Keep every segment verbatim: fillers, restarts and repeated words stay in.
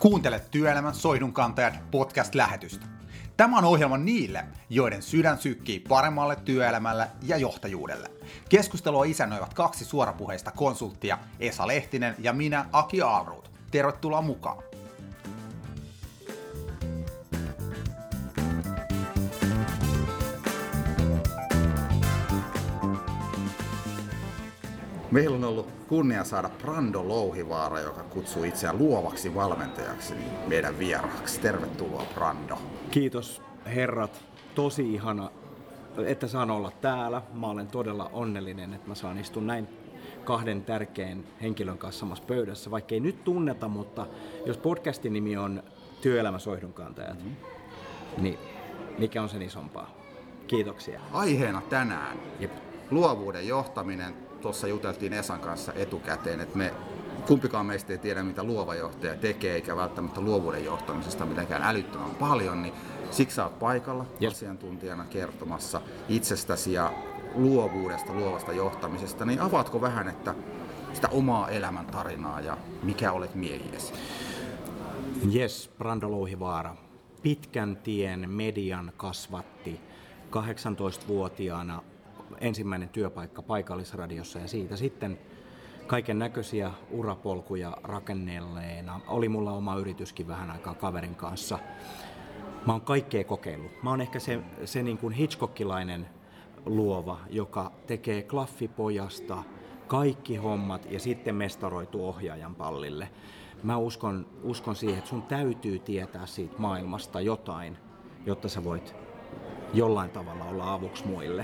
Kuuntelet Työelämän soihdunkantajat podcast-lähetystä. Tämä on ohjelma niille, joiden sydän sykkii paremmalle työelämälle ja johtajuudelle. Keskustelua isännöivät kaksi suorapuheista konsulttia, Esa Lehtinen ja minä, Aki Aalroth. Tervetuloa mukaan! Meillä on ollut kunnia saada Brando Louhivaara, joka kutsuu itseään luovaksi valmentajaksi, meidän vieraaksi. Tervetuloa, Brando. Kiitos herrat. Tosi ihana, että saan olla täällä. Mä olen todella onnellinen, että mä saan istua näin kahden tärkeän henkilön kanssa samassa pöydässä. Vaikka ei nyt tunneta, mutta jos podcastin nimi on Työelämän soihdunkantajat, mm-hmm. niin mikä on sen isompaa? Kiitoksia. Aiheena tänään Jep. luovuuden johtaminen. Tuossa juteltiin Esan kanssa etukäteen, että me kumpikaan meistä ei tiedä, mitä luova johtaja tekee, eikä välttämättä luovuuden johtamisesta mitenkään älyttömän paljon, niin siksi sä oot paikalla yes. asiantuntijana kertomassa itsestäsi ja luovuudesta, luovasta johtamisesta, niin avaatko vähän, että sitä omaa elämäntarinaa ja mikä olet miehiesi? Jes, Brando Louhivaara. Pitkän tien median kasvatti kahdeksantoistavuotiaana. Ensimmäinen työpaikka paikallisradiossa ja siitä sitten kaiken näköisiä urapolkuja rakennelleena. Oli mulla oma yrityskin vähän aikaa kaverin kanssa. Mä oon kaikkea kokeillut. Mä oon ehkä se, se niin kuin Hitchcockilainen luova, joka tekee klaffipojasta kaikki hommat ja sitten mestaroituu ohjaajan pallille. Mä uskon, uskon siihen, että sun täytyy tietää siitä maailmasta jotain, jotta sä voit jollain tavalla olla avuksi muille.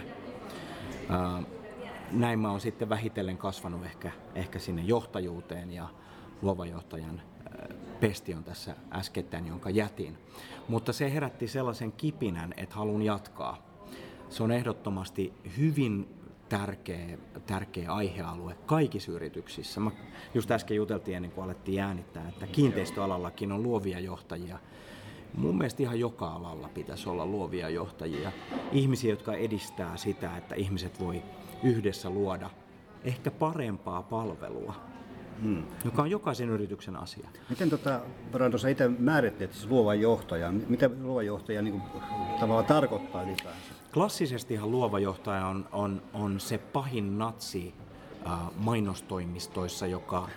Uh, näin mä oon sitten vähitellen kasvanut ehkä, ehkä sinne johtajuuteen ja luovan johtajan uh, pesti on tässä äskettäin, jonka jätin. Mutta se herätti sellaisen kipinän, että haluan jatkaa. Se on ehdottomasti hyvin tärkeä, tärkeä aihealue kaikissa yrityksissä. Mä just äsken juteltiin ennen kuin alettiin äänittää, että kiinteistöalallakin on luovia johtajia. Mun mielestä ihan joka alalla pitäisi olla luovia johtajia. Ihmisiä, jotka edistää sitä, että ihmiset voi yhdessä luoda ehkä parempaa palvelua, hmm. joka on jokaisen yrityksen asia. Miten tota, Brando, sä itse määrittelet siis luovan johtajan? Mitä luova johtaja niin kuin, tavallaan tarkoittaa ylipäänsä? Klassisestihan luova johtaja on, on, on se pahin natsi äh, mainostoimistoissa, joka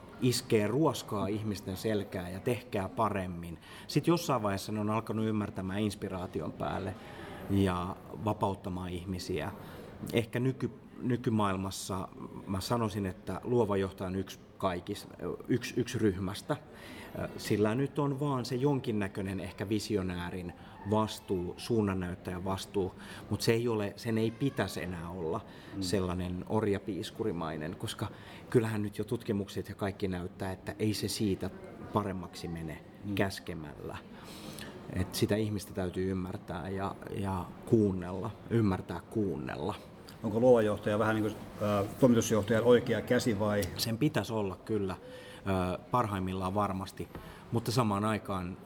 iskee ruoskaa ihmisten selkää ja tehkää paremmin. Sitten jossain vaiheessa ne on alkanut ymmärtämään inspiraation päälle ja vapauttamaan ihmisiä. Ehkä nyky, nykymaailmassa mä sanoisin, että luova johtaja on yksi kaikista, yksi, yksi ryhmästä. Sillä nyt on vaan se jonkinnäköinen ehkä visionäärin vastuu, suunnannäyttäjän vastuu, mutta se ei ole, sen ei pitäisi enää olla mm. sellainen orjapiiskurimainen, koska kyllähän nyt jo tutkimukset ja kaikki näyttää, että ei se siitä paremmaksi mene mm. käskemällä. Et sitä ihmistä täytyy ymmärtää ja, ja kuunnella, ymmärtää kuunnella. Onko luova johtaja vähän niin kuin äh, toimitusjohtajan oikea käsi vai? Sen pitäisi olla kyllä äh, parhaimmillaan varmasti, mutta samaan aikaan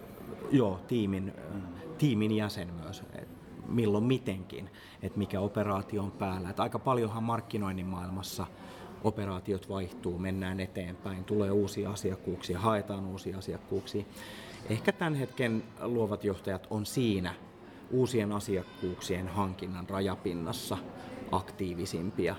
joo, tiimin, mm. tiimin jäsen myös, et milloin mitenkin, että mikä operaatio on päällä. Et aika paljonhan markkinoinnin maailmassa operaatiot vaihtuu, mennään eteenpäin, tulee uusia asiakkuuksia, haetaan uusia asiakkuuksia. Ehkä tämän hetken luovat johtajat on siinä uusien asiakkuuksien hankinnan rajapinnassa aktiivisimpia.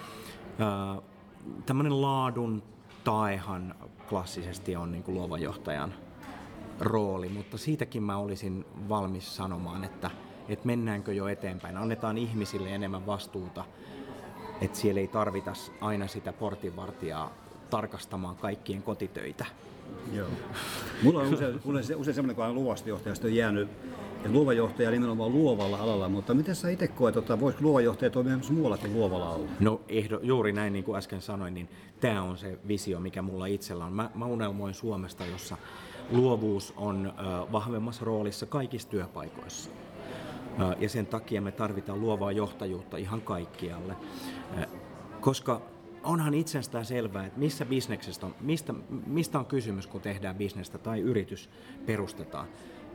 Tämmöinen laadun taehan klassisesti on niin kuin luovan johtajan rooli, mutta siitäkin mä olisin valmis sanomaan, että, että mennäänkö jo eteenpäin, annetaan ihmisille enemmän vastuuta, että siellä ei tarvita aina sitä portinvartijaa tarkastamaan kaikkien kotitöitä. Joo. Mulla on usein, usein, usein semmoinen, kun on luovasta johtajasta on jäänyt, että luova johtaja nimenomaan luovalla alalla, mutta miten sä itse koet, että voisiko luova johtaja toimia myös muuallakin luovalla alalla? No ehdo, juuri näin, niin kuin äsken sanoin, niin tämä on se visio, mikä mulla itsellä on. Mä, mä unelmoin Suomesta, jossa luovuus on äh, vahvemmassa roolissa kaikissa työpaikoissa. Äh, ja sen takia me tarvitaan luovaa johtajuutta ihan kaikkialle. Äh, koska onhan itsestään selvää, että missä bisneksestä on, mistä, mistä on kysymys, kun tehdään bisnestä tai yritys perustetaan.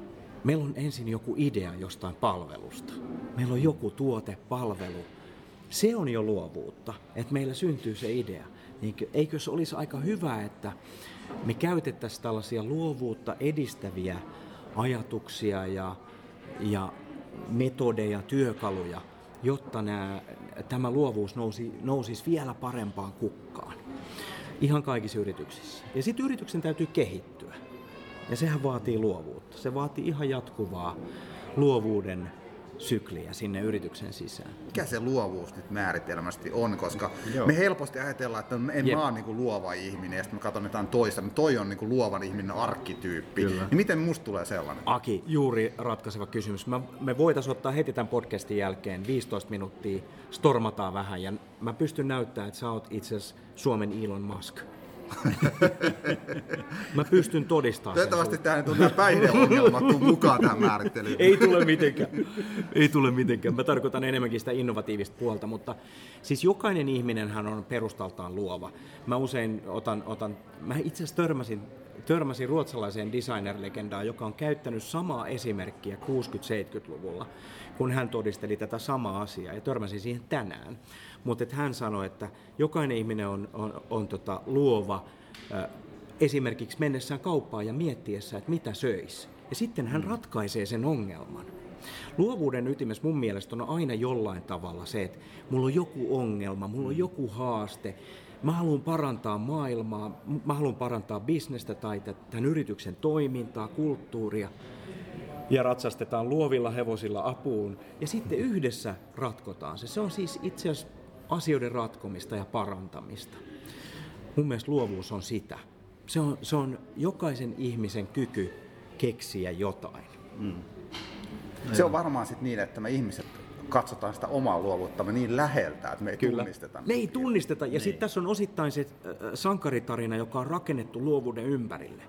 Meillä on ensin joku idea jostain palvelusta. Meillä on joku tuote, palvelu, Se on jo luovuutta, että meillä syntyy se idea. Niin eikö se olisi aika hyvä, että me käytettäisiin tällaisia luovuutta edistäviä ajatuksia ja, ja metodeja, työkaluja, jotta nämä, tämä luovuus nousi, nousisi vielä parempaan kukkaan. Ihan kaikissa yrityksissä. Ja sitten yrityksen täytyy kehittyä. Ja sehän vaatii luovuutta. Se vaatii ihan jatkuvaa luovuuden sykliä sinne yrityksen sisään. Mikä se luovuus nyt määritelmästi on, koska Joo. me helposti ajatellaan, että en Jep. mä ole niin luova ihminen, ja sitten me katson jotain toista, niin toi on niin luovan ihminen arkkityyppi. Kyllä. Niin miten musta tulee sellainen? Aki, juuri ratkaiseva kysymys. Mä, me voitaisiin ottaa heti tämän podcastin jälkeen viisitoista minuuttia, stormataan vähän, ja mä pystyn näyttämään, että sä oot itse asiassa Suomen Elon Musk. Mä pystyn todistamaan sen. Toivottavasti tämä nyt on nämä päihdeongelmat tuu mukaan tähän määrittelyyn. Ei tule mitenkään. Ei tule mitenkään. Mä tarkoitan enemmänkin sitä innovatiivista puolta, mutta siis jokainen ihminenhän on perustaltaan luova. Mä usein otan, otan mä itse asiassa törmäsin, törmäsin ruotsalaiseen designer-legendaan, joka on käyttänyt samaa esimerkkiä kuusikymmentä-seitsemänkymmentäluvulla, kun hän todisteli tätä samaa asiaa, ja törmäsin siihen tänään. Mutta hän sanoi, että jokainen ihminen on, on, on tota, luova äh, esimerkiksi mennessään kauppaan ja miettiessä, että mitä söisi. Ja sitten hän ratkaisee sen ongelman. Luovuuden ytimessä mun mielestä on aina jollain tavalla se, että mulla on joku ongelma, mulla on joku haaste. Mä haluan parantaa maailmaa, mä haluan parantaa bisnestä tai tämän yrityksen toimintaa, kulttuuria. Ja ratsastetaan luovilla hevosilla apuun ja sitten yhdessä ratkotaan se. Se on siis itse asiassa asioiden ratkomista ja parantamista. Mun mielestä luovuus on sitä. Se on, se on jokaisen ihmisen kyky keksiä jotain. Mm. Se on varmaan sit niin, että me ihmiset katsotaan sitä omaa luovuuttamme niin läheltä, että me ei Kyllä. tunnisteta. Me ei tunnisteta. Ja sitten tässä on osittain se sankaritarina, joka on rakennettu luovuuden ympärille.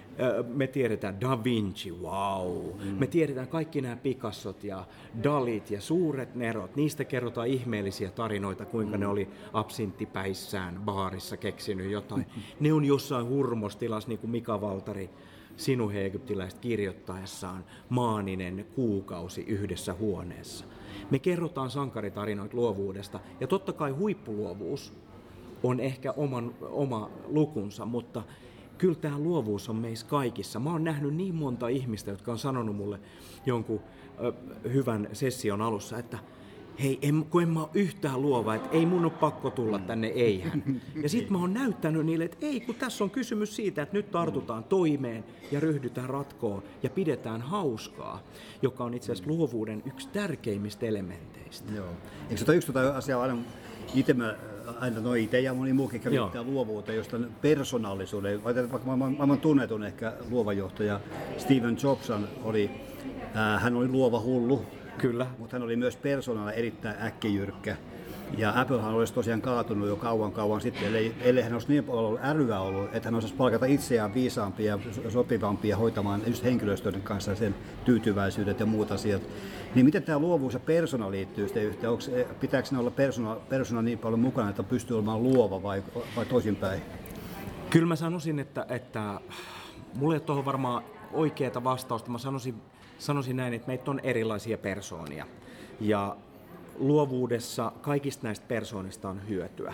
Me tiedetään Da Vinci, wow. Mm. Me tiedetään kaikki nämä Picassot ja Dalit ja suuret nerot. Niistä kerrotaan ihmeellisiä tarinoita, kuinka mm. ne oli absinttipäissään baarissa keksinyt jotain. Ne on jossain hurmostilassa, niin kuin Mika Valtari Sinuhe egyptiläiset kirjoittaessaan Maaninen kuukausi yhdessä huoneessa. Me kerrotaan sankaritarinoita luovuudesta, ja totta kai huippuluovuus on ehkä oman, oma lukunsa, mutta kyllä tämä luovuus on meissä kaikissa. Mä oon nähnyt niin monta ihmistä, jotka on sanonut mulle jonkun ö, hyvän session alussa, että hei, en, kun en mä ole yhtään luova, että ei mun ole pakko tulla tänne eihän. Ja sit mä oon näyttänyt niille, että ei, kun tässä on kysymys siitä, että nyt tartutaan toimeen ja ryhdytään ratkoon ja pidetään hauskaa, joka on itse asiassa luovuuden yksi tärkeimmistä elementeistä. Joo. Eikö sitä yksi tuota asiaa aina, itse mä aina no itse ja moni muukin kävittää luovuutta, josta persoonallisuuden, vaikka maailman, maailman tunnetun ehkä luova johtaja Steve Jobs oli, ää, hän oli luova hullu. Kyllä. Mutta hän oli myös persoonana erittäin äkkijyrkkä. Ja Applehan olisi tosiaan kaatunut jo kauan kauan sitten, ellei, ellei hän olisi niin paljon älyä ollut, että hän osaisi palkata itseään viisaampia ja sopivampia hoitamaan just henkilöstöiden kanssa sen tyytyväisyydet ja muut asiat. Niin miten tämä luovuus ja persona liittyy sitten yhteen? Onko, pitääkö ne olla persona, persona niin paljon mukana, että pystyy olemaan luova vai, vai toisinpäin? Kyllä mä sanoisin, että, että mulla ei ole tuohon varmaan oikeaa vastausta. Mä sanoisin, sanoisin näin, että meitä on erilaisia persoonia. Ja luovuudessa kaikista näistä persoonista on hyötyä.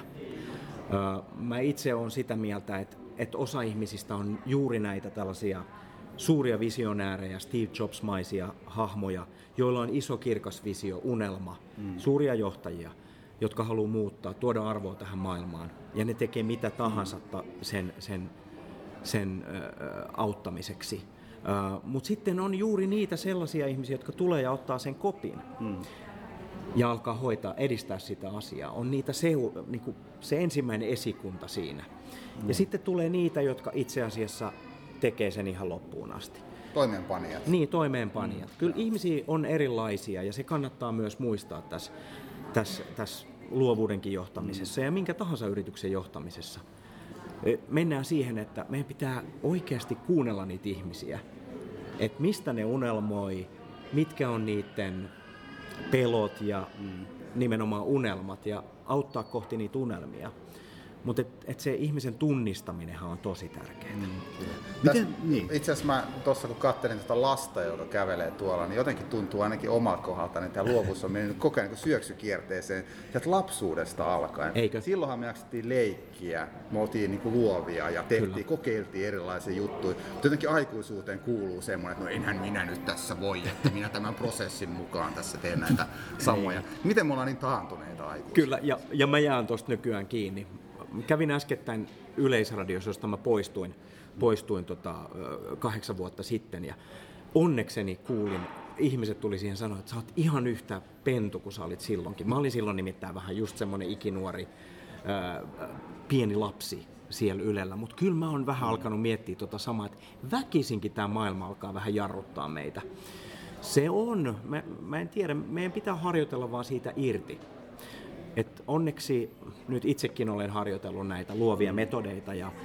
Mä itse olen sitä mieltä, että, että osa ihmisistä on juuri näitä tällaisia suuria visionäärejä, Steve Jobs-maisia hahmoja, joilla on iso kirkas visio, unelma, mm. suuria johtajia, jotka haluaa muuttaa, tuoda arvoa tähän maailmaan. Ja ne tekee mitä tahansa sen, sen, sen äh, auttamiseksi. Äh, Mutta sitten on juuri niitä sellaisia ihmisiä, jotka tulee ja ottaa sen kopin. Mm. ja alkaa hoitaa, edistää sitä asiaa. On niitä seu, niin kuin se ensimmäinen esikunta siinä. Mm. Ja sitten tulee niitä, jotka itse asiassa tekee sen ihan loppuun asti. Toimeenpanijat. Niin, toimeenpanijat. Mm. Kyllä ihmisiä on erilaisia ja se kannattaa myös muistaa tässä, tässä, tässä luovuudenkin johtamisessa mm. ja minkä tahansa yrityksen johtamisessa. Mennään siihen, että meidän pitää oikeasti kuunnella niitä ihmisiä. Että mistä ne unelmoi, mitkä on niiden pelot ja mm. nimenomaan unelmat ja auttaa kohti niitä unelmia. Mutta et, et se ihmisen tunnistaminenhan on tosi tärkeää. Mm. Miten, niin. Itse asiassa mä tuossa kun katselin tätä lasta, joka kävelee tuolla, niin jotenkin tuntuu ainakin omalta kohdalta, että tämä luovuus on mennyt koko ajan niin syöksykierteeseen sieltä lapsuudesta alkaen. Eikö? Silloinhan me jaksettiin leikkiä, me oltiin niin kuin luovia ja tehtiin, Kyllä. kokeiltiin erilaisia juttuja. Mutta jotenkin aikuisuuteen kuuluu semmoinen, että no enhän minä nyt tässä voi, että minä tämän prosessin mukaan tässä teen näitä samoja. Miten me ollaan niin taantuneita aikuisia? Kyllä, ja, ja mä jään tuosta nykyään kiinni. Kävin äskettäin Yleisradiossa, josta mä poistuin, poistuin tota, kahdeksan vuotta sitten, ja onnekseni kuulin, ihmiset tuli siihen sanoa, että sä oot ihan yhtä pentu kuin sä olit silloinkin. Mä olin silloin nimittäin vähän just semmoinen ikinuori ää, pieni lapsi siellä Ylellä, mutta kyllä mä oon vähän alkanut miettiä tota samaa, että väkisinkin tämä maailma alkaa vähän jarruttaa meitä. Se on, mä, mä en tiedä, meidän pitää harjoitella vaan siitä irti. Et onneksi nyt itsekin olen harjoitellut näitä luovia metodeita ja,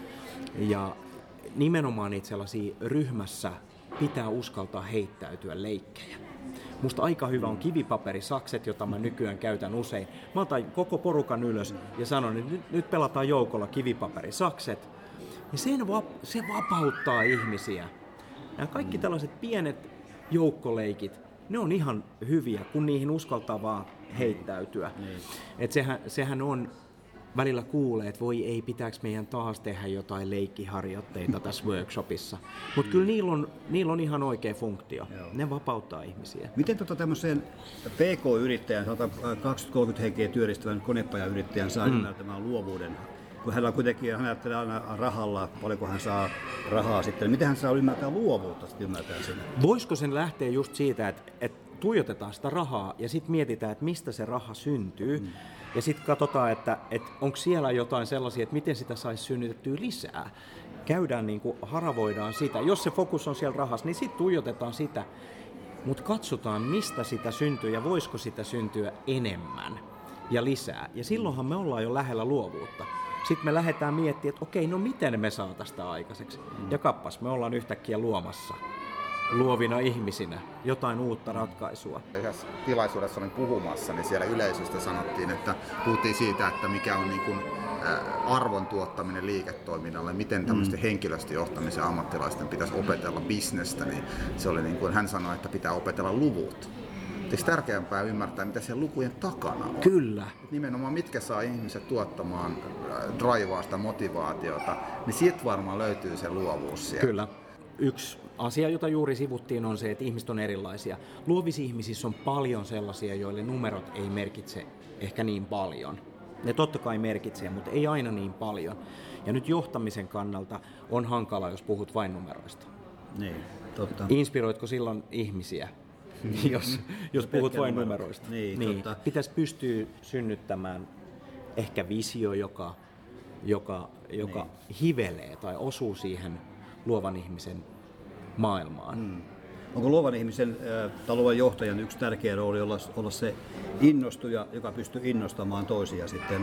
ja nimenomaan niitä sellaisia ryhmässä pitää uskaltaa heittäytyä leikkejä. Musta aika hyvä on kivipaperisakset, jota mä nykyään käytän usein. Mä otan koko porukan ylös ja sanon, että nyt, nyt pelataan joukolla kivipaperisakset. Ja sen va, se vapauttaa ihmisiä. Nämä kaikki tällaiset pienet joukkoleikit, ne on ihan hyviä, kun niihin uskaltaa vaan heittäytyä. Et sehän, sehän on, välillä kuulee, että voi ei, pitääkö meidän taas tehdä jotain leikkiharjoitteita tässä workshopissa. Mutta kyllä niillä on, niillä on ihan oikea funktio. Joo. Ne vapauttaa ihmisiä. Miten tota tämmöisen P K-yrittäjän, kaksikymmentä kolmekymmentä henkeä työllistävän konepajayrittäjän saa ymmärtämään mm. luovuuden? Kun hän on kuitenkin, hän ajattelee aina rahalla, paljonko hän saa rahaa sitten. Miten hän saa ymmärtää luovuutta sitten ymmärtää sen? Voisiko sen lähteä just siitä, että, että tuijotetaan sitä rahaa ja sitten mietitään, että mistä se raha syntyy. Mm. Ja sitten katsotaan, että, että onko siellä jotain sellaisia, että miten sitä saisi synnytettyä lisää. Käydään niin kuin haravoidaan sitä. Jos se fokus on siellä rahassa, niin sitten tuijotetaan sitä. Mutta katsotaan, mistä sitä syntyy ja voisiko sitä syntyä enemmän ja lisää. Ja silloinhan me ollaan jo lähellä luovuutta. Sitten me lähdetään miettimään, että okei, no miten me saataisiin sitä aikaiseksi. Mm. Ja kappas, me ollaan yhtäkkiä luomassa luovina ihmisinä jotain uutta ratkaisua. Yhdessä tilaisuudessa olin puhumassa, niin siellä yleisöstä sanottiin, että puhuttiin siitä, että mikä on niin kuin arvon tuottaminen liiketoiminnalle, miten tämmöisten mm. henkilöstöjohtamisen ammattilaisten pitäisi opetella bisnestä, niin se oli niin kuin hän sanoi, että pitää opetella luvut. Eikö tärkeämpää ymmärtää, mitä siellä lukujen takana on? Kyllä. Nimenomaan mitkä saa ihmiset tuottamaan draivaa sitä motivaatiota, niin siitä varmaan löytyy se luovuus siellä. Kyllä. Yksi asia, jota juuri sivuttiin, on se, että ihmiset on erilaisia. Luovissa ihmisissä on paljon sellaisia, joille numerot ei merkitse ehkä niin paljon. Ne totta kai merkitsee, mutta ei aina niin paljon. Ja nyt johtamisen kannalta on hankala, jos puhut vain numeroista. Niin, totta. Inspiroitko silloin ihmisiä, jos, jos puhut vain numeroista? Niin, niin. totta. Pitäisi pystyä synnyttämään ehkä visio, joka, joka, joka niin. hivelee tai osuu siihen luovan ihmisen maailmaan. Hmm. Onko luovan ihmisen tai luovan johtajan yksi tärkeä rooli olla, olla se innostuja, joka pystyy innostamaan toisia sitten?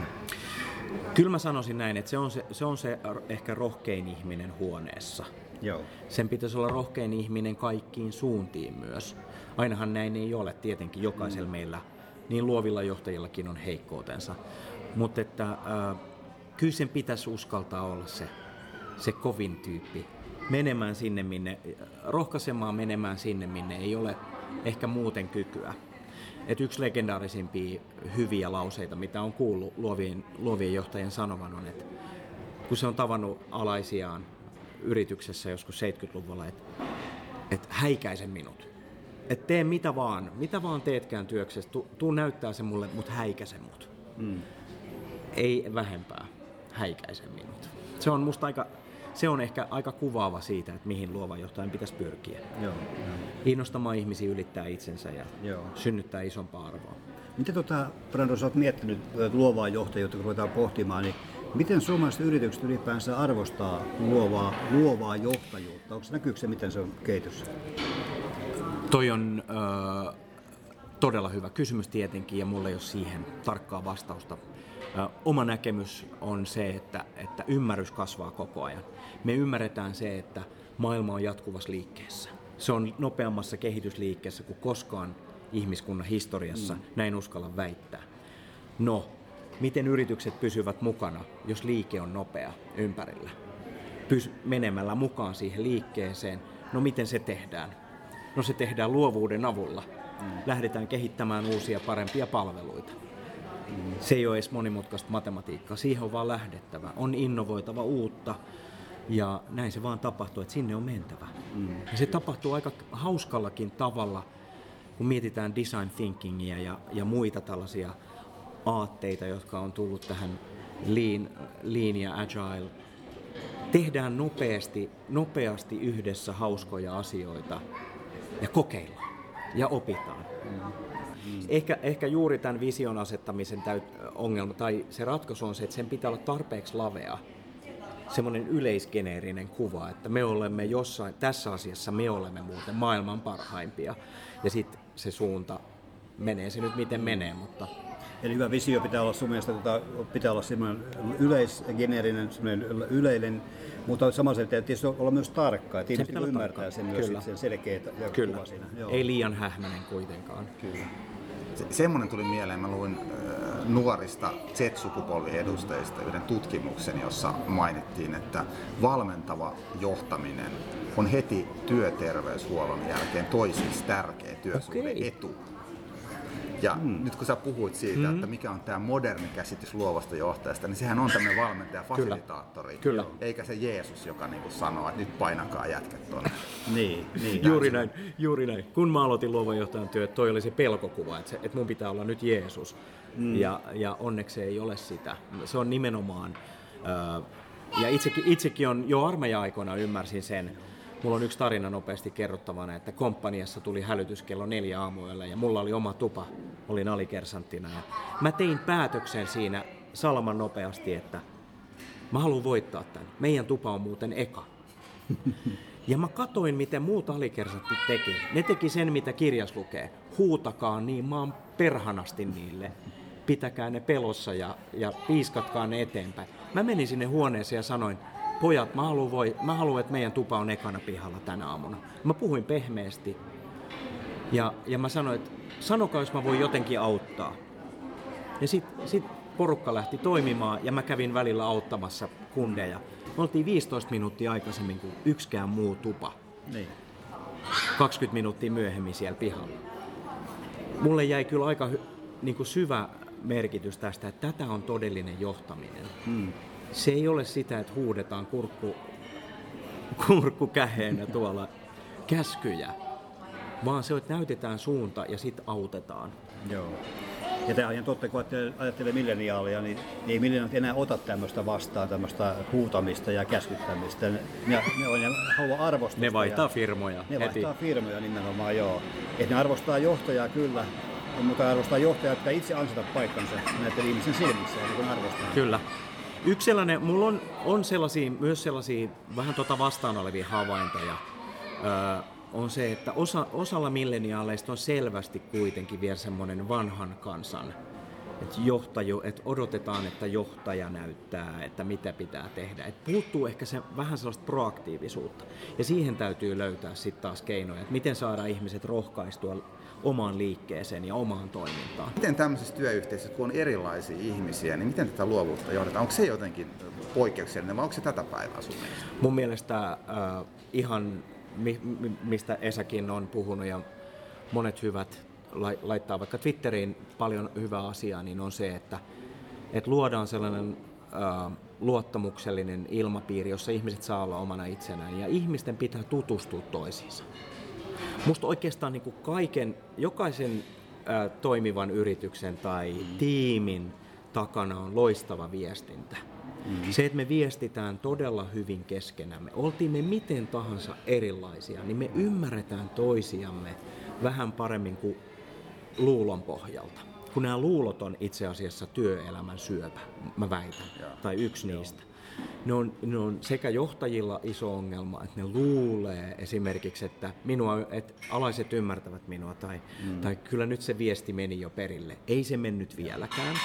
Kyllä mä sanoisin näin, että se on se, se, on se ehkä rohkein ihminen huoneessa. Joo. Sen pitäisi olla rohkein ihminen kaikkiin suuntiin myös. Ainahan näin ei ole, tietenkin jokaisella hmm. meillä, niin luovilla johtajillakin on heikkoutensa. Mutta että äh, kyllä sen pitäisi uskaltaa olla se, se kovin tyyppi. Menemään sinne, minne, rohkaisemaan menemään sinne, minne ei ole ehkä muuten kykyä. Et yksi legendaarisimpia hyviä lauseita, mitä on kuullut luovien, luovien johtajien sanovan, on, että kun se on tavannut alaisiaan yrityksessä joskus seitsemänkymmentäluvulla, että et häikäise minut. Et tee mitä vaan, mitä vaan teetkään työksessä, tuu, tuu näyttää se mulle, mutta häikäise mut. Mm. Ei vähempää, häikäise minut. Se on musta aika... Se on ehkä aika kuvaava siitä, että mihin luovan johtajan pitäisi pyrkiä. Joo, Innostamaan ihmisiä ylittää itsensä ja joo. synnyttää isompaa arvoa. Miten tota, Brando, sä oot miettinyt luovaa johtajuutta, kun ruvetaan pohtimaan, niin miten suomalaiset yritykset ylipäänsä arvostaa luovaa, luovaa johtajuutta? Onko se, näkyykö se, miten se on kehityssä? Toi on ö, todella hyvä kysymys tietenkin, ja mulla ei ole siihen tarkkaa vastausta. Ö, oma näkemys on se, että, että ymmärrys kasvaa koko ajan. Me ymmärretään se, että maailma on jatkuvassa liikkeessä. Se on nopeammassa kehitysliikkeessä kuin koskaan ihmiskunnan historiassa, mm. näin uskalla väittää. No, miten yritykset pysyvät mukana, jos liike on nopea ympärillä. Pys- menemällä mukaan siihen liikkeeseen, no miten se tehdään? No se tehdään luovuuden avulla. Mm. Lähdetään kehittämään uusia parempia palveluita. Mm. Se ei ole edes monimutkaista matematiikkaa, siihen on vaan lähdettävä. On innovoitava uutta ja näin se vaan tapahtuu, että sinne on mentävä. Mm. Ja se tapahtuu aika hauskallakin tavalla, kun mietitään design thinkingia ja, ja muita tällaisia aatteita, jotka on tullut tähän lean, lean ja agile. Tehdään nopeasti, nopeasti yhdessä hauskoja asioita ja kokeillaan ja opitaan. Mm. Ehkä, ehkä juuri tämän vision asettamisen täyt- ongelma tai se ratkaisu on se, että sen pitää olla tarpeeksi lavea. Semmoinen yleisgeneerinen kuva, että me olemme jossain, tässä asiassa me olemme muuten maailman parhaimpia. Ja sitten se suunta menee se nyt miten menee, mutta... Eli hyvä visio pitää olla sun mielestä, tota, pitää olla semmoinen yleisgeneerinen, semmoinen yleinen, mutta samalla se pitää tietysti olla myös tarkka, että ihmiset ymmärtää sen myös sen selkeä kuva siinä. Joo. Ei liian hähmäinen kuitenkaan. Kyllä. Se, semmoinen tuli mieleen, mä luin äh, nuorista Z-sukupolvien edustajista yhden tutkimuksen, jossa mainittiin, että valmentava johtaminen on heti työterveyshuollon jälkeen toisiksi tärkeä työsuhde-etu. Ja mm. nyt kun sä puhuit siitä, mm. että mikä on tämä moderni käsitys luovasta johtajasta, niin sehän on tämmöinen valmentaja, fasilitaattori, Kyllä. eikä se Jeesus, joka niinku sanoo, että nyt painakaa jätkät tuonne. niin, niin. Juuri näin, juuri näin. Kun mä aloitin luovan johtajan työ, toi oli se pelkokuva, että, se, että mun pitää olla nyt Jeesus. Mm. Ja, ja onneksi ei ole sitä. Se on nimenomaan, äh, ja itsekin, itsekin on jo armeija-aikoina ymmärsin sen. Mulla on yksi tarina nopeasti kerrottavana, että komppaniassa tuli hälytys kello neljä aamuyöllä ja mulla oli oma tupa, olin alikersanttina. Ja mä tein päätöksen siinä salaman nopeasti, että mä haluan voittaa tämän. Meidän tupa on muuten eka. Ja mä katoin, miten muut alikersantit teki. Ne teki sen, mitä kirjas lukee. Huutakaa niin maan perhanasti niille. Pitäkää ne pelossa ja, ja piiskatkaa ne eteenpäin. Mä menin sinne huoneeseen ja sanoin, pojat, mä haluan, voi, mä haluan, että meidän tupa on ekana pihalla tänä aamuna. Mä puhuin pehmeästi ja, ja mä sanoin, että sanokaa, jos mä voin jotenkin auttaa. Ja sitten sit porukka lähti toimimaan ja mä kävin välillä auttamassa kundeja. Me oltiin viisitoista minuuttia aikaisemmin kuin yksikään muu tupa. Niin. kaksikymmentä minuuttia myöhemmin siellä pihalla. Mulle jäi kyllä aika niin kuin syvä merkitys tästä, että tätä on todellinen johtaminen. Mm. Se ei ole sitä, että huudetaan kurkku, kurkku käheenä tuolla käskyjä, vaan se, että näytetään suunta ja sitten autetaan. Joo. Ja tämä on ihan totta, kun ajattelee milleniaalia, niin ei milleniaalit enää ota tämmöistä vastaan, tämmöistä huutamista ja käskyttämistä. Ne, ne, on, ne haluaa arvostusta. Ne vaihtaa firmoja Ne heti. vaihtaa firmoja nimenomaan, joo. Et ne arvostaa johtajaa kyllä, mutta arvostaa johtajaa, että itse ansaita paikkansa näiden ihmisen silmissä, niin kun arvostaa. Kyllä. Yksi sellainen, mulla on, on sellaisia, myös sellaisia vähän tota vastaan olevia havaintoja, öö, on se, että osa, osalla milleniaaleista on selvästi kuitenkin vielä semmoinen vanhan kansan, että, johtaju, että odotetaan, että johtaja näyttää, että mitä pitää tehdä. Että puuttuu ehkä se vähän sellaista proaktiivisuutta ja siihen täytyy löytää sitten taas keinoja, että miten saada ihmiset rohkaistua omaan liikkeeseen ja omaan toimintaan. Miten tämmöisessä työyhteisössä, kun on erilaisia ihmisiä, niin miten tätä luovuutta johdetaan? Onko se jotenkin poikkeuksellinen vai onko se tätä päivää sun mielestä? Mun mielestä äh, ihan mi, mi, mistä Esäkin on puhunut ja monet hyvät lai, laittaa vaikka Twitteriin paljon hyvää asiaa, niin on se, että, että luodaan sellainen äh, luottamuksellinen ilmapiiri, jossa ihmiset saa olla omana itsenään ja ihmisten pitää tutustua toisiinsa. Musta oikeastaan niin kuin kaiken, jokaisen ää, toimivan yrityksen tai mm. tiimin takana on loistava viestintä. Mm. Se, että me viestitään todella hyvin keskenämme, oltiin me miten tahansa erilaisia, niin me ymmärretään toisiamme vähän paremmin kuin luulon pohjalta. Kun nämä luulot on itse asiassa työelämän syöpä, mä väitän, ja, tai yksi joo. niistä. Ne on, ne on sekä johtajilla iso ongelma, että ne luulee esimerkiksi, että, minua, että alaiset ymmärtävät minua, tai, mm. tai kyllä nyt se viesti meni jo perille. Ei se mennyt vieläkään,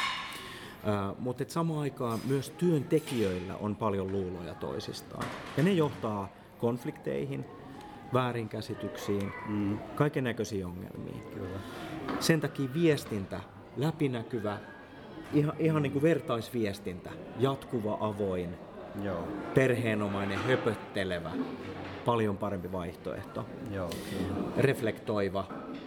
uh, mutta samaan aikaan myös työntekijöillä on paljon luuloja toisistaan. Ja ne johtaa konflikteihin, väärinkäsityksiin, mm. kaiken näköisiin ongelmiin. Kyllä. Sen takia viestintä, läpinäkyvä, ihan, ihan niin kuin vertaisviestintä, jatkuva, avoin, Joo. perheenomainen, höpöttelevä, paljon parempi vaihtoehto. Joo, kyllä. Reflektoiva,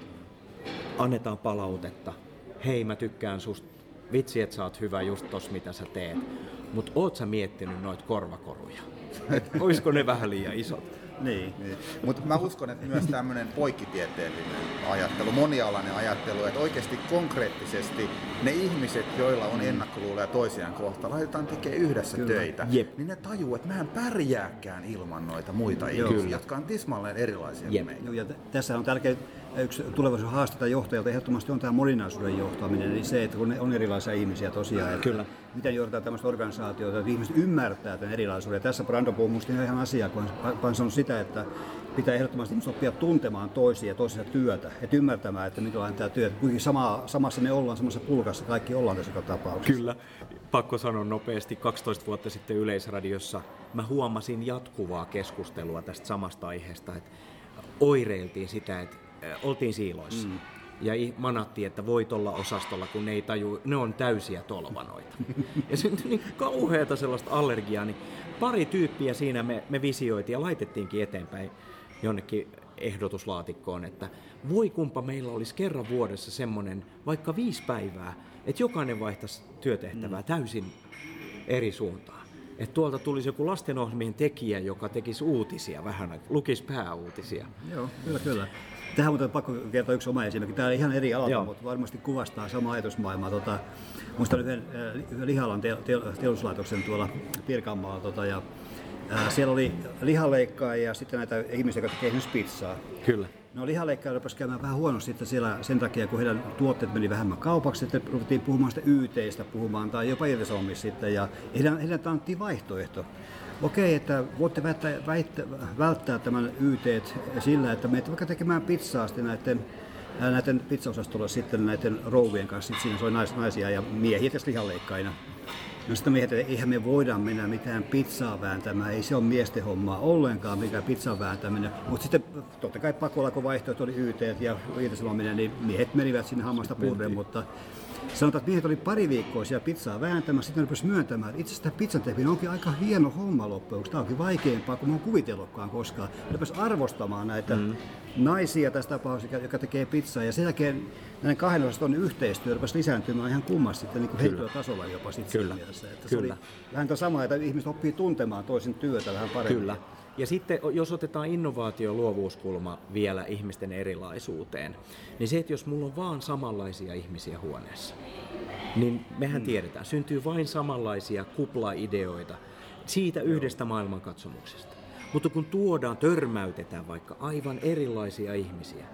annetaan palautetta. Hei, mä tykkään susta, vitsi, että sä oot hyvä just tossa, mitä sä teet. Mut oot sä miettinyt noit korvakoruja? Oisko ne vähän liian isot? Niin. Niin. Mutta mä uskon, että myös tämmöinen poikkitieteellinen ajattelu, monialainen ajattelu, että oikeasti konkreettisesti ne ihmiset, joilla on ennakkoluuloja toisiaan kohtaan, laitetaan tekemään yhdessä Kyllä. töitä, Jep. niin ne tajuu, että mehän pärjääkään ilman noita muita Joo. ihmisiä, Kyllä. jotka on tismalleen erilaisia Jep. kuin meitä. Joo, ja t- tässä on tärkeä yksi tulevaisuuden haasteita johtajalta ehdottomasti on tämä moninaisuuden johtaminen, eli se, että kun ne on erilaisia ihmisiä tosiaan, että Kyllä. miten johdetaan tämmöistä organisaatiota, että ihmiset ymmärtää tämän erilaisuuden. Ja tässä Brando puhuu minusta ihan asiaa, kun hän sanoi sitä, että pitää ehdottomasti oppia tuntemaan toisia ja toisensa työtä, että ymmärtämään, että minkälainen tämä työ, kuinka sama, samassa me ollaan, samassa pulkassa, kaikki ollaan tässä tapauksessa. Kyllä. Pakko sanoa nopeasti, kaksitoista vuotta sitten Yleisradiossa mä huomasin jatkuvaa keskustelua tästä samasta aiheesta, että oireiltiin sitä, että oltiin siiloissa. Mm. Ja manattiin, että voit olla osastolla, kun ne ei taju, ne on täysiä tolvanoita. Ja syntyi niin kauheata sellaista allergiaa, niin pari tyyppiä siinä me, me visioitiin ja laitettiinkin eteenpäin jonnekin ehdotuslaatikkoon, että voi kumpa meillä olisi kerran vuodessa semmoinen vaikka viisi päivää, että jokainen vaihtaisi työtehtävää mm. täysin eri suuntaan. Että tuolta tulisi joku lastenohjelmien tekijä, joka tekisi uutisia vähän, lukisi pääuutisia. Joo, kyllä, kyllä. Tähän on pakko kertoa yksi oma esimerkki. Tämä on ihan eri alalta, Joo. mutta varmasti kuvastaa samaa ajatusmaailmaa. Tota, muistan yhden, yhden lihalan te, te, teollisuuslaitoksen tuolla Pirkanmaalla. Tota, ja, ää, siellä oli lihanleikkaajia ja sitten näitä ihmisiä, jotka tekee esimerkiksi pizzaa. Kyllä. No lihanleikkaajia rupesi käymään vähän huonosti sitten siellä sen takia, kun heidän tuotteet meni vähemmän kaupaksi, sitten ruvettiin puhumaan sitä Y T:stä puhumaan tai jopa irtisanomista sitten ja heidän, heidän annettiin vaihtoehto. Okei, että voitte välttää, väittää, välttää tämän Y T:t sillä, että meitä vaikka tekemään pizzaa sitten näiden, näiden pizzaosastolla sitten näiden rouvien kanssa. Sitten siinä se oli nais, naisia ja miehiä tässä lihanleikkaina. No sitten miehet, että eihän me voida mennä mitään pizzaa vääntämään, ei se ole miesten hommaa ollenkaan mikään pizzan vääntäminen. Mutta sitten totta kai pakolla, kun vaihtoehto oli Y T ja irtisanominen, niin miehet menivät sinne hammasta purreen, mutta sanotaan, että miehet oli pari viikkoa siellä pizzaa vääntämässä, sitten ne rupesivat myöntämään, että itse asiassa tämä pizzan tekeminen onkin aika hieno homma loppujen lopuksi. Tämä onkin vaikeampaa kuin mä oon kuvitellutkaan koskaan. Ne rupesivat arvostamaan näitä mm. naisia tässä tapauksessa, jotka tekee pizzaa, ja sen jälkeen näiden kahden osaston yhteistyö rupesi lisääntymään ihan kummasti sitten niin henkilötasolla jopa sitten siinä mielessä. Että se Kyllä. oli vähän tuo sama, että ihmiset oppii tuntemaan toisen työtä vähän paremmin. Kyllä. Ja sitten jos otetaan innovaatio- ja luovuuskulma vielä ihmisten erilaisuuteen, niin se, että jos mulla on vaan samanlaisia ihmisiä huoneessa, niin mehän mm. tiedetään, syntyy vain samanlaisia kuplaideoita siitä yhdestä maailmankatsomuksesta. Mutta kun tuodaan, törmäytetään vaikka aivan erilaisia ihmisiä,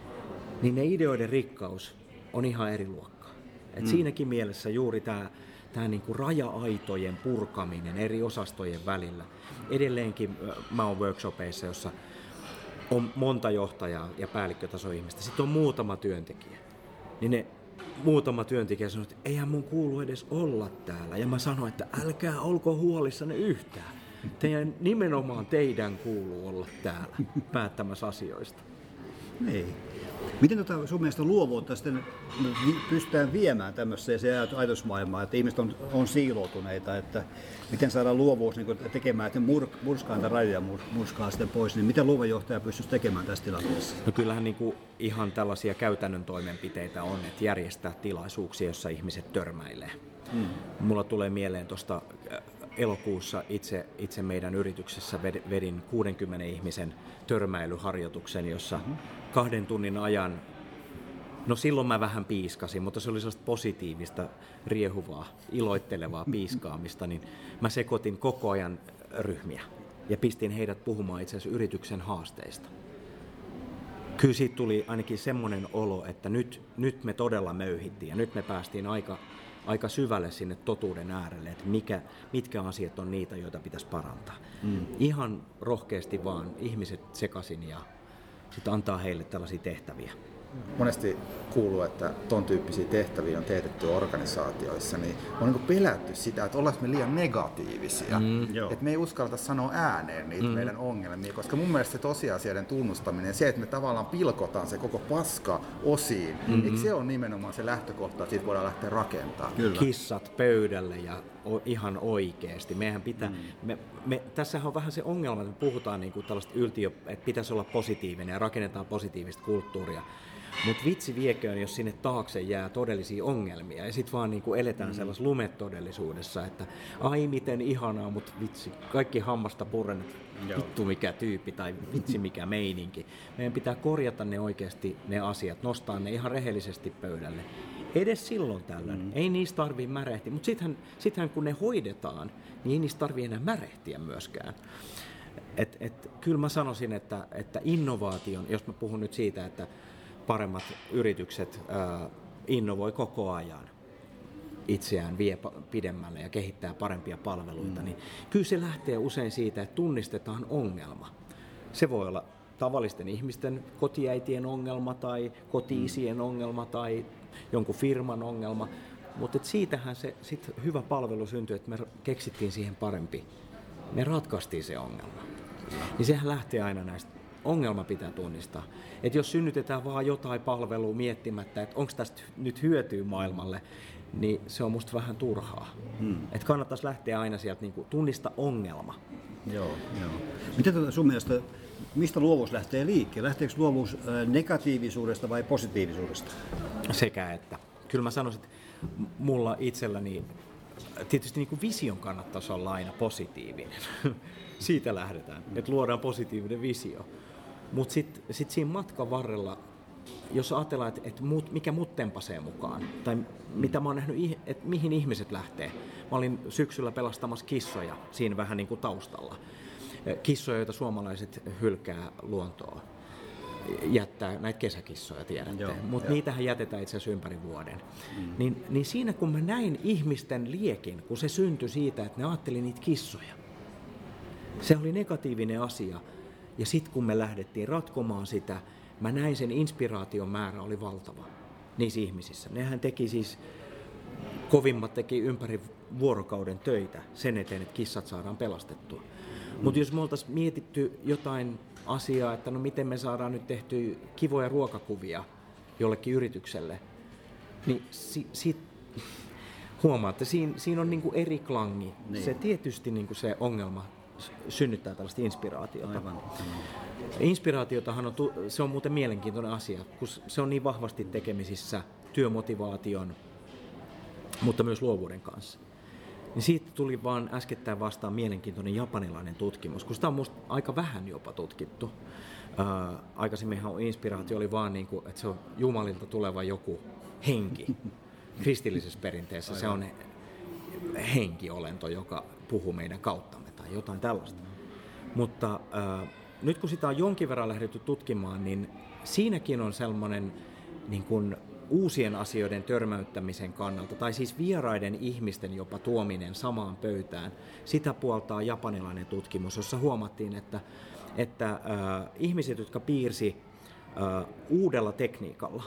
niin ne ideoiden rikkaus on ihan eri luokkaa. Et mm. Siinäkin mielessä juuri tämä Tämä niinku raja-aitojen purkaminen eri osastojen välillä. Edelleenkin mä oon workshopeissa, jossa on monta johtajaa ja päällikkötasoihmistä. Sitten on muutama työntekijä. Niin ne muutama työntekijä sanoo, että eihän mun kuulu edes olla täällä. Ja mä sanoin, että älkää olko huolissanne yhtään. Teidän, nimenomaan teidän kuuluu olla täällä päättämässä asioista. Niin. Miten tota sun mielestä luovuutta sitten pystytään viemään tämmöiseen ajatusmaailmaan, että ihmiset on, on siiloutuneita, että miten saadaan luovuus niin tekemään, että mur, murskaa niitä rajoja murskaa sitten pois, niin miten luova johtaja pystyisi tekemään tässä tilanteessa? No kyllähän niin kuin ihan tällaisia käytännön toimenpiteitä on, että järjestää tilaisuuksia, jossa ihmiset törmäilee. Hmm. Mulla tulee mieleen tuosta elokuussa itse, itse meidän yrityksessä vedin kuudenkymmenen ihmisen törmäilyharjoituksen, jossa mm-hmm. kahden tunnin ajan, no silloin mä vähän piiskasin, mutta se oli sellaista positiivista, riehuvaa, iloittelevaa piiskaamista, niin mä sekoitin koko ajan ryhmiä ja pistin heidät puhumaan itse asiassa yrityksen haasteista. Kyllä siitä tuli ainakin semmoinen olo, että nyt, nyt me todella möyhittiin ja nyt me päästiin aika aika syvälle sinne totuuden äärelle, että mikä, mitkä asiat on niitä, joita pitäisi parantaa. Mm. Ihan rohkeasti vaan ihmiset sekaisin ja sitten antaa heille tällaisia tehtäviä. monesti kuuluu, että ton tyyppisiä tehtäviä on teetetty organisaatioissa, niin on niin kuin pelätty sitä, että ollaanko me liian negatiivisia. Mm, että me ei uskalta sanoa ääneen niitä mm. meidän ongelmia, koska mun mielestä se tosiasioiden tunnustaminen, se, että me tavallaan pilkotaan se koko paska osiin, mm-hmm. eikö se on nimenomaan se lähtökohta, että siitä voidaan lähteä rakentamaan. Kyllä. Kissat pöydälle ja o, ihan oikeasti. Mehän pitää, mm. me, me, tässähän on vähän se ongelma, että me puhutaan niin kuin tällaista yltiö, että pitäisi olla positiivinen ja rakennetaan positiivista kulttuuria. Mutta vitsi vieköön, jos sinne taakse jää todellisia ongelmia ja sitten vaan niinku eletään mm. sellaisessa lumetodellisuudessa, että ai miten ihanaa, mutta vitsi, kaikki hammasta purren, vittu mikä tyyppi tai vitsi mikä meininki. Meidän pitää korjata ne oikeasti ne asiat, nostaa ne ihan rehellisesti pöydälle. Edes silloin tällöin. Mm. Ei niistä tarvitse märehtiä, mutta sittenhän, sittenhän kun ne hoidetaan, niin ei niistä tarvitse enää märehtiä myöskään. Et, et, kyllä mä sanoisin, että, että innovaation, jos mä puhun nyt siitä, että paremmat yritykset ää, innovoi koko ajan itseään, vie pidemmälle ja kehittää parempia palveluita, mm. niin kyllä se lähtee usein siitä, että tunnistetaan ongelma. Se voi olla tavallisten ihmisten kotiäitien ongelma tai koti-isien mm. ongelma tai jonkun firman ongelma, mutta siitähän se sit hyvä palvelu syntyi, että me keksittiin siihen parempi. Me ratkaistiin se ongelma. Mm. Niin sehän lähtee aina näistä. Ongelma pitää tunnistaa. Että jos synnytetään vaan jotain palvelua miettimättä, että onko tästä nyt hyötyä maailmalle, niin se on musta vähän turhaa. Hmm. Että kannattaisi lähteä aina sieltä niin kuin tunnista ongelma. Joo, joo. Miten sun mielestä, mistä luovuus lähtee liikkeelle? Lähteekö luovuus negatiivisuudesta vai positiivisuudesta? Sekä että. Kyllä mä sanoisin, että mulla itselläni tietysti niin kuin vision kannattaisi olla aina positiivinen. Siitä lähdetään, että luodaan positiivinen visio. Mutta sitten sit siinä matkan varrella, jos ajatellaan, että et mut, mikä mut tempasee mukaan, tai mitä mä oon nähnyt, että mihin ihmiset lähtee. Mä olin syksyllä pelastamassa kissoja siinä vähän niin kuin taustalla. Kissoja, joita suomalaiset hylkää luontoon. Jättää näitä kesäkissoja, tiedätte. Mutta niitähän jätetään itse asiassa ympäri vuoden. Mm. Niin, niin siinä kun mä näin ihmisten liekin, kun se syntyi siitä, että ne ajatteli niitä kissoja. Se oli negatiivinen asia. Ja sitten kun me lähdettiin ratkomaan sitä, mä näin sen inspiraation määrä oli valtava niissä ihmisissä. Nehän teki siis, kovimmat teki ympäri vuorokauden töitä sen eteen, että kissat saadaan pelastettua. Mm. Mutta jos me oltaisiin mietitty jotain asiaa, että no miten me saadaan nyt tehtyä kivoja ruokakuvia jollekin yritykselle, niin si, si, huomaatte, siinä, siinä on niinku eri klangi. Niin. Se tietysti niinku se ongelma synnyttää tällaista inspiraatiota. Aivan. Inspiraatiotahan on, se on muuten mielenkiintoinen asia, kun se on niin vahvasti tekemisissä työmotivaation, mutta myös luovuuden kanssa. Niin siitä tuli vaan äskettäin vastaan mielenkiintoinen japanilainen tutkimus, kun sitä on musta aika vähän jopa tutkittu. Ää, aikaisemminhan inspiraatio oli vaan niin kuin, että se on Jumalilta tuleva joku henki. Kristillisessä perinteessä se on henkiolento, joka puhuu meidän kauttamme tai jotain tällaista. Mutta ää, nyt kun sitä on jonkin verran lähdetty tutkimaan, niin siinäkin on sellainen niin kuin uusien asioiden törmäyttämisen kannalta, tai siis vieraiden ihmisten jopa tuominen samaan pöytään, sitä puoltaa japanilainen tutkimus, jossa huomattiin, että, että äh, ihmiset, jotka piirsi äh, uudella tekniikalla,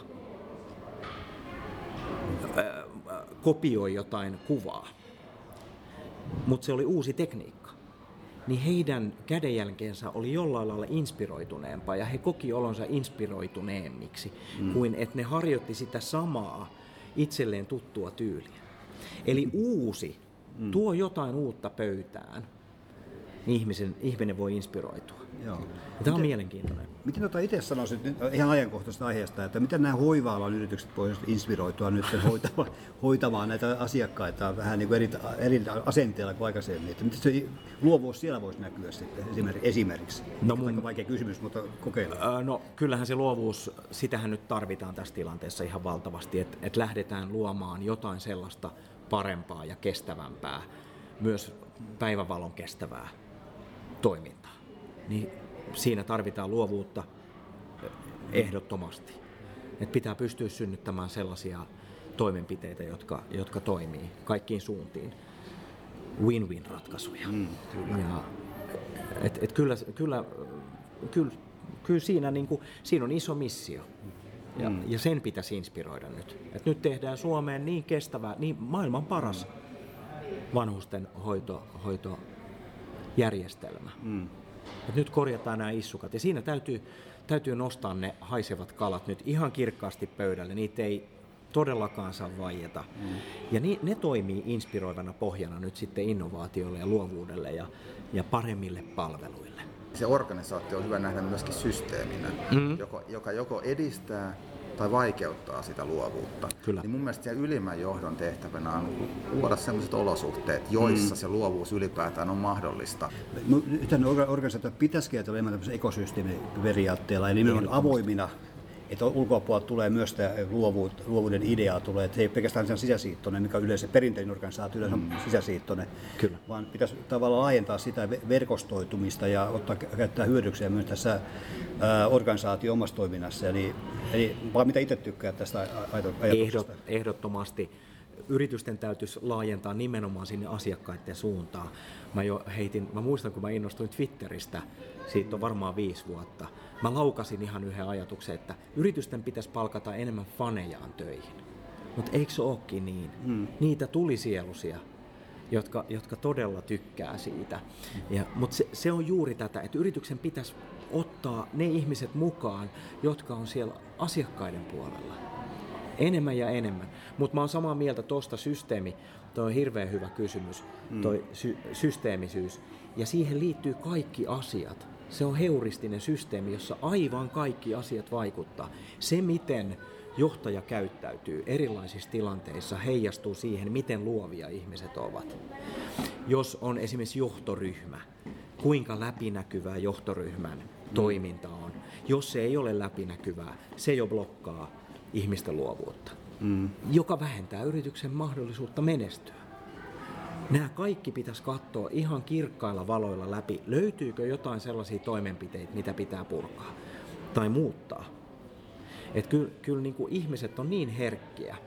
äh, kopioi jotain kuvaa, mutta se oli uusi tekniikka, niin heidän kädenjälkeensä oli jollain lailla inspiroituneempaa ja he koki olonsa inspiroituneemmiksi mm. kuin että ne harjoitti sitä samaa itselleen tuttua tyyliä. Eli uusi mm. tuo jotain uutta pöytään, niin ihmisen, ihminen voi inspiroitua. Joo. Tämä on mielenkiintoinen. Miten tota itse sanoisit ihan ajankohtaisesta aiheesta, että miten nämä hoiva-alan yritykset voisivat inspiroitua nyt hoitamaan, hoitamaan näitä asiakkaita vähän niin kuin eri, eri asenteella kuin aikaisemmin? Että miten se luovuus siellä voisi näkyä sitten esimerkiksi? No mun... Aika vaikea kysymys, mutta kokeillaan. No kyllähän se luovuus, sitähän nyt tarvitaan tässä tilanteessa ihan valtavasti, että, että lähdetään luomaan jotain sellaista parempaa ja kestävämpää, myös päivävalon kestävää toimintaa. Niin siinä tarvitaan luovuutta ehdottomasti. Et pitää pystyä synnyttämään sellaisia toimenpiteitä, jotka, jotka toimii kaikkiin suuntiin. Win-win ratkaisuja. Mm, kyllä. Ja, et, et kyllä, kyllä, kyllä, kyllä siinä, niin kuin, siinä on iso missio. Ja, mm. ja sen pitäisi inspiroida nyt. Et nyt tehdään Suomeen niin kestävää, niin maailman paras vanhusten hoito, hoitojärjestelmä. Mm. Et nyt korjataan nämä issukat ja siinä täytyy, täytyy nostaa ne haisevat kalat nyt ihan kirkkaasti pöydälle. Niitä ei todellakaan saa vaieta. Mm. Ja ni, ne toimii inspiroivana pohjana nyt sitten innovaatioille ja luovuudelle ja, ja paremmille palveluille. Se organisaatio on hyvä nähdä myöskin systeeminä, mm. joka, joka joko edistää tai vaikeuttaa sitä luovuutta. Kyllä. Niin mun mielestä siellä ylimmän johdon tehtävänä on luoda sellaiset olosuhteet, joissa mm. se luovuus ylipäätään on mahdollista. No, tämän organisaatio pitäisi olla enemmän tämmöisen ekosysteemiperiaatteella, eli nimenomaan avoimina, että ulkopuolelta tulee myös tämä luovuuden idea, tulee, että ei pelkästään sen sisäsiittoinen, mikä on yleensä perinteinen organisaatio, yleensä on sisäsiittoinen, Kyllä. vaan pitäisi tavallaan laajentaa sitä verkostoitumista ja ottaa käyttää hyödykseen myös tässä ää, organisaation omassa toiminnassa. Eli, eli mitä itse tykkää tästä ajatuksesta? Ehdot, ehdottomasti. Yritysten täytyisi laajentaa nimenomaan sinne asiakkaiden suuntaan. Mä jo heitin, mä muistan kun mä innostuin Twitteristä, siitä on varmaan viisi vuotta. Mä laukasin ihan yhden ajatuksen, että yritysten pitäisi palkata enemmän fanejaan töihin. Mutta eikö se olekin niin? Hmm. Niitä tuli sielusia, jotka, jotka todella tykkää siitä. Mutta se, se on juuri tätä, että yrityksen pitäisi ottaa ne ihmiset mukaan, jotka on siellä asiakkaiden puolella. Enemmän ja enemmän. Mutta mä oon samaa mieltä tuosta systeemi. Toi on hirveän hyvä kysymys, toi sy- systeemisyys. Ja siihen liittyy kaikki asiat. Se on heuristinen systeemi, jossa aivan kaikki asiat vaikuttaa. Se, miten johtaja käyttäytyy erilaisissa tilanteissa, heijastuu siihen, miten luovia ihmiset ovat. Jos on esimerkiksi johtoryhmä, kuinka läpinäkyvää johtoryhmän toiminta on. Jos se ei ole läpinäkyvää, se jo blokkaa ihmisten luovuutta, mm. joka vähentää yrityksen mahdollisuutta menestyä. Nämä kaikki pitäisi katsoa ihan kirkkailla valoilla läpi. Löytyykö jotain sellaisia toimenpiteitä, mitä pitää purkaa tai muuttaa? Että kyllä, kyllä niin kuin ihmiset on niin herkkiä,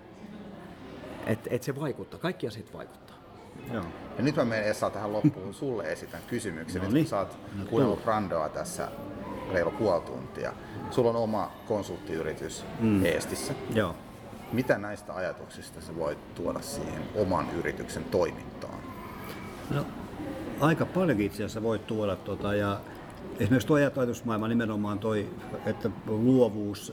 että, että se vaikuttaa. Kaikki asiat vaikuttaa. Joo. Ja nyt mä menen Esa tähän loppuun. Sulle esitän kysymyksen. No niin. Nyt kun sä oot kuunnellut Brandoa tässä reilu puoli tuntia. Sulla on oma konsulttiyritys mm. Eestissä. Joo. Mitä näistä ajatuksista sä voit tuoda siihen oman yrityksen toimintaan? No, aika paljonkin itse asiassa voit tuoda. Tuota, ja esimerkiksi tuo ajatusmaailma nimenomaan toi, että luovuus,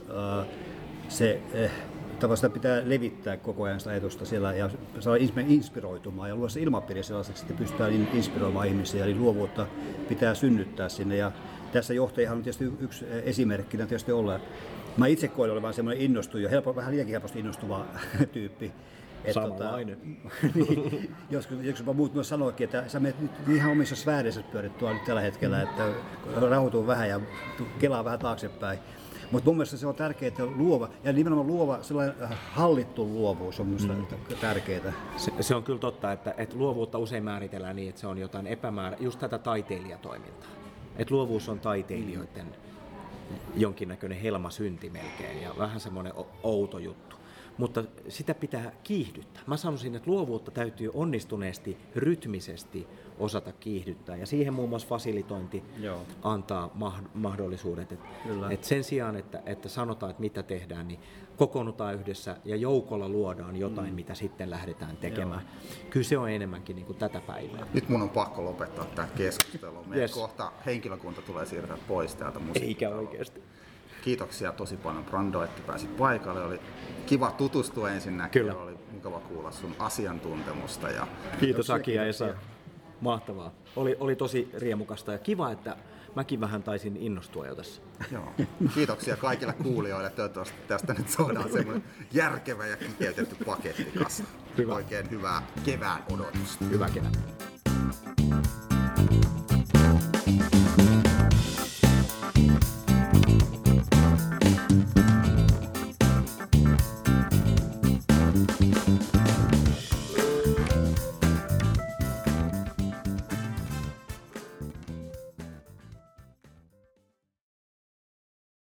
se tavallaan pitää levittää koko ajan sitä ajatusta siellä ja saada inspiroitumaan ja luoda se ilmapiiri sellaiseksi, että pystytään inspiroimaan ihmisiä. Eli luovuutta pitää synnyttää sinne. Ja tässä johtajahan on tietysti yksi esimerkkinä tietysti olla. Mä itse koen olevan semmoinen innostuja, helppo, vähän liiankin helposti innostuva tyyppi. Samanlainen. Tota, niin, joskus, joskus muut myös sanoikin, että sä menet nyt ihan omissa sfääreissä pyörit tuolla nyt tällä hetkellä, että rauhoituu vähän ja kelaa vähän taaksepäin. Mutta mun mielestä se on tärkeää, että luova, ja nimenomaan luova, sellainen hallittu luovuus on minusta mm. tärkeää. Se, se on kyllä totta, että, että luovuutta usein määritellään niin, että se on jotain epämäärä, just tätä taiteilijatoimintaa. Että luovuus on taiteilijoiden jonkinnäköinen helmasynti melkein ja vähän semmoinen outo juttu. Mutta sitä pitää kiihdyttää. Mä sanoisin, että luovuutta täytyy onnistuneesti, rytmisesti osata kiihdyttää. Ja siihen muun muassa fasilitointi Joo. antaa mahdollisuudet. Et, et sen sijaan, että, että sanotaan, että mitä tehdään, niin kokoonnutaan yhdessä ja joukolla luodaan jotain, mm. mitä sitten lähdetään tekemään. Joo. Kyllä se on enemmänkin niin kuin tätä päivää. Nyt mun on pakko lopettaa tämä keskustelu. Meidän yes. kohta henkilökunta tulee siirtää pois täältä musiikkia. Eikä oikeasti. Kiitoksia tosi paljon, Brando, että pääsit paikalle. Oli kiva tutustua ensinnäkin. Kyllä. Oli mukava kuulla sun asiantuntemusta. Ja kiitos Aki ja Esa. Mahtavaa. Oli, oli tosi riemukasta ja kiva, että mäkin vähän taisin innostua jo tässä. Joo. Kiitoksia kaikille kuulijoille. Toivottavasti tästä nyt saadaan semmoinen järkevä ja kiteytetty paketti kasaan. Oikein hyvää kevään odotusta. Hyvää kevään.